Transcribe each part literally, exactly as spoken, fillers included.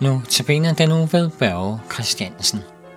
Nu til benet den uge ved Børge Christiansen.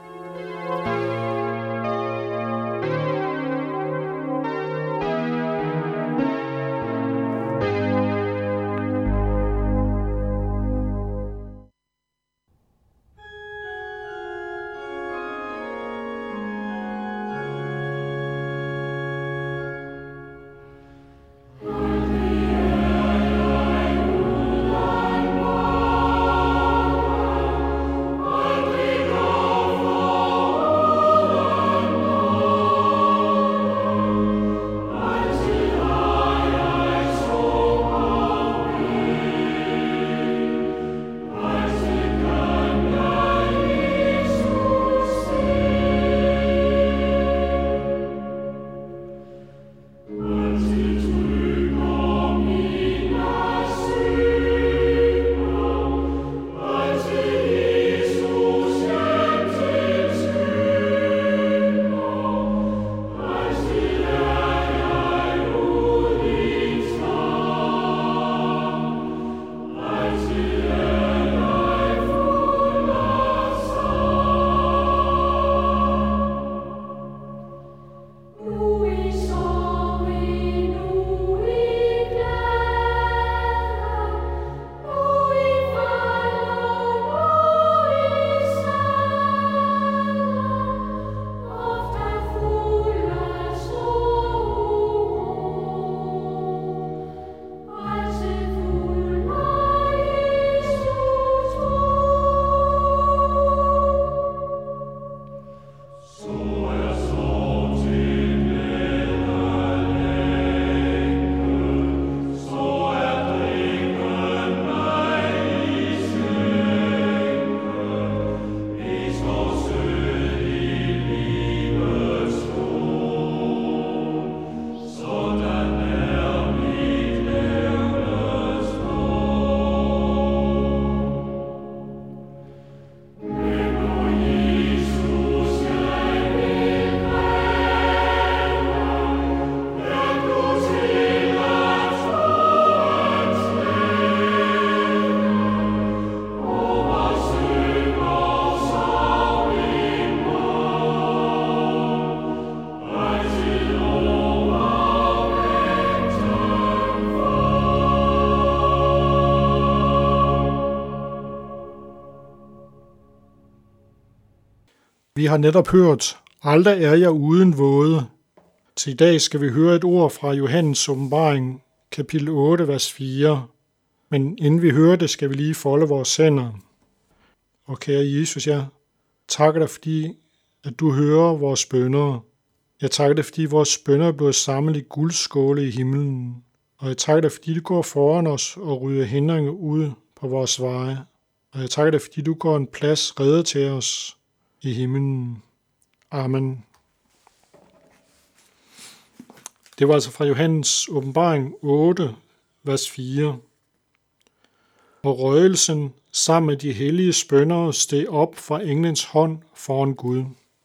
Vi har netop hørt, aldrig er jeg uden våde. Til i dag skal vi høre et ord fra Johannes åbenbaring, kapitel otte, vers fire. Men inden vi hører det, skal vi lige folde vores hænder. Og kære Jesus, jeg takker dig, fordi at du hører vores bønner. Jeg takker dig, fordi vores bønner bliver samlet i guldskåle i himlen. Og jeg takker dig, fordi du går foran os og rydder hindringer ud på vores veje. Og jeg takker dig, fordi du går en plads reddet til os i himlen. Amen. Det var altså fra Johannes åbenbaring otte, vers fire. Og røgelsen sammen med de hellige spønnere steg op fra englens hånd foran Gud.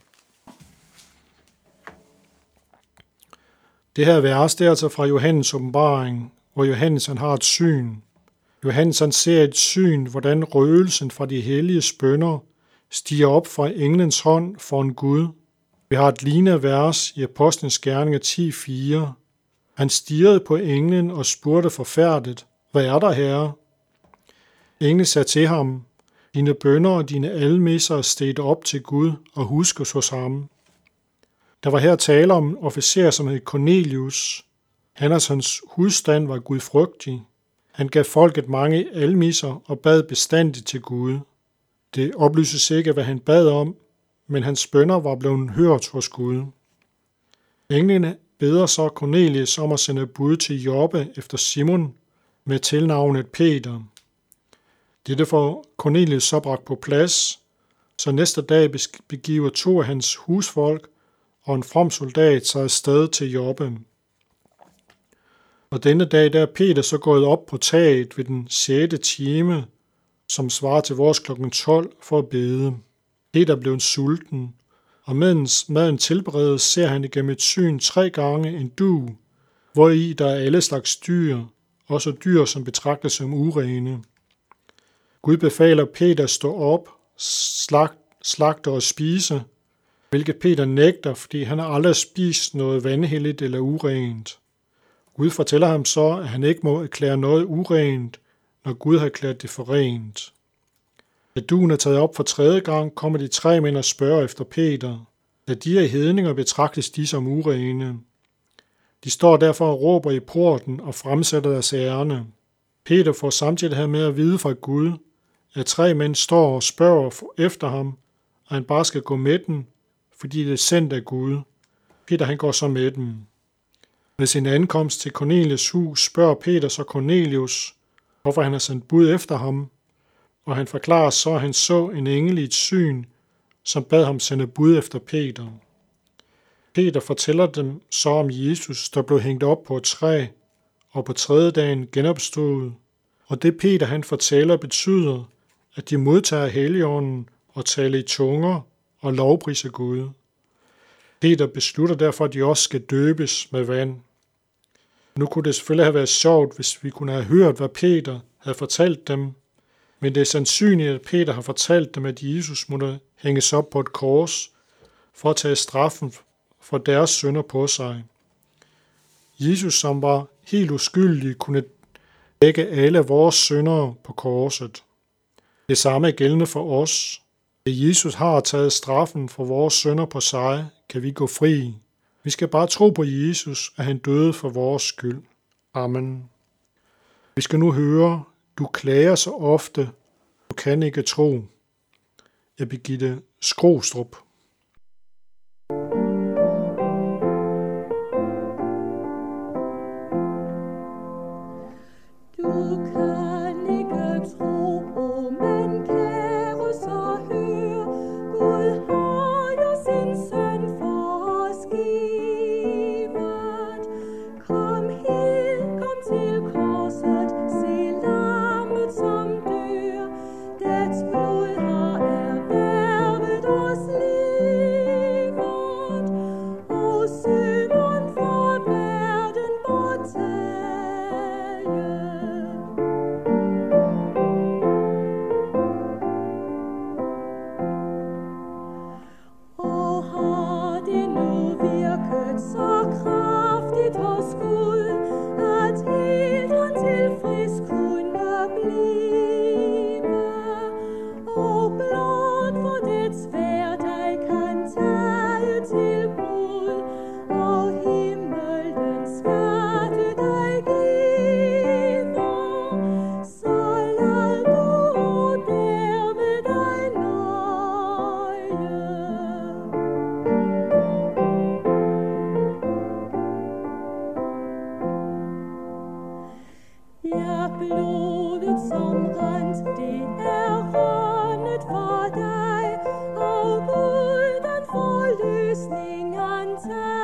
Det her vers, det er altså fra Johannes åbenbaring, hvor Johannes han har et syn. Johannes han ser et syn, hvordan røgelsen fra de hellige spønnere stiger op fra englens hånd foran Gud. Vi har et lignende vers i Apostlenes Gerninger ti fire. Han stirrede på englen og spurgte forfærdet, hvad er der, Herre? Englen sagde til ham, dine bønner og dine almisser er steget op til Gud og huskes hos ham. Der var her tale om en officer, som hed Cornelius. Han og hans husstand var gudfrygtig. Han gav folket mange almisser og bad bestandigt til Gud. Det oplyses ikke, hvad han bad om, men hans bønner var blevet hørt hos Gud. Englene beder så Cornelius om at sende bud til Joppe efter Simon med tilnavnet Peter. Dette får Cornelius så bragt på plads, så næste dag begiver to af hans husfolk og en from soldat sig afsted til Joppe. Og denne dag der er Peter så gået op på taget ved den sjette time, som svarer til vores klokken tolv for at bede. Peter blev sulten, og mens maden tilberedes, ser han igennem et syn tre gange en dug, hvori der er alle slags dyr, også dyr, som betragtes som urene. Gud befaler Peter at stå op, slagt, slagte og spise, hvilket Peter nægter, fordi han har aldrig spist noget vanhelligt eller urent. Gud fortæller ham så, at han ikke må erklære noget urent, når Gud har erklæret det for rent. Da duen er taget op for tredje gang, kommer de tre mænd og spørger efter Peter. Da de er hedninger, betragtes de som urene. De står derfor og råber i porten og fremsætter deres ærinde. Peter får samtidig her med at vide fra Gud, at tre mænd står og spørger efter ham, og han bare skal gå med dem, fordi det er sendt af Gud. Peter han går så med dem. Ved sin ankomst til Cornelius hus spørger Peter så Cornelius, hvorfor han har sendt bud efter ham, og han forklarer så, at han så en engel i et syn, som bad ham sende bud efter Peter. Peter fortæller dem så om Jesus, der blev hængt op på et træ, og på tredje dagen genopstod. Og det Peter han fortæller betyder, at de modtager Helligånden og taler i tunger og lovpriser Gud. Peter beslutter derfor, at de også skal døbes med vand. Nu kunne det selvfølgelig have været sjovt, hvis vi kunne have hørt, hvad Peter havde fortalt dem, men det er sandsynligt, at Peter har fortalt dem, at Jesus måtte hænges op på et kors for at tage straffen for deres synder på sig. Jesus, som var helt uskyldig, kunne dække alle vores synder på korset. Det samme er gældende for os. Da Jesus har taget straffen for vores synder på sig, kan vi gå fri. Vi skal bare tro på Jesus, at han døde for vores skyld. Amen. Vi skal nu høre, du klager så ofte, du kan ikke tro. Af Birgitte Skrostrup. Blodet som rent, det er rendet for dig, og Gud den forløsning han tager.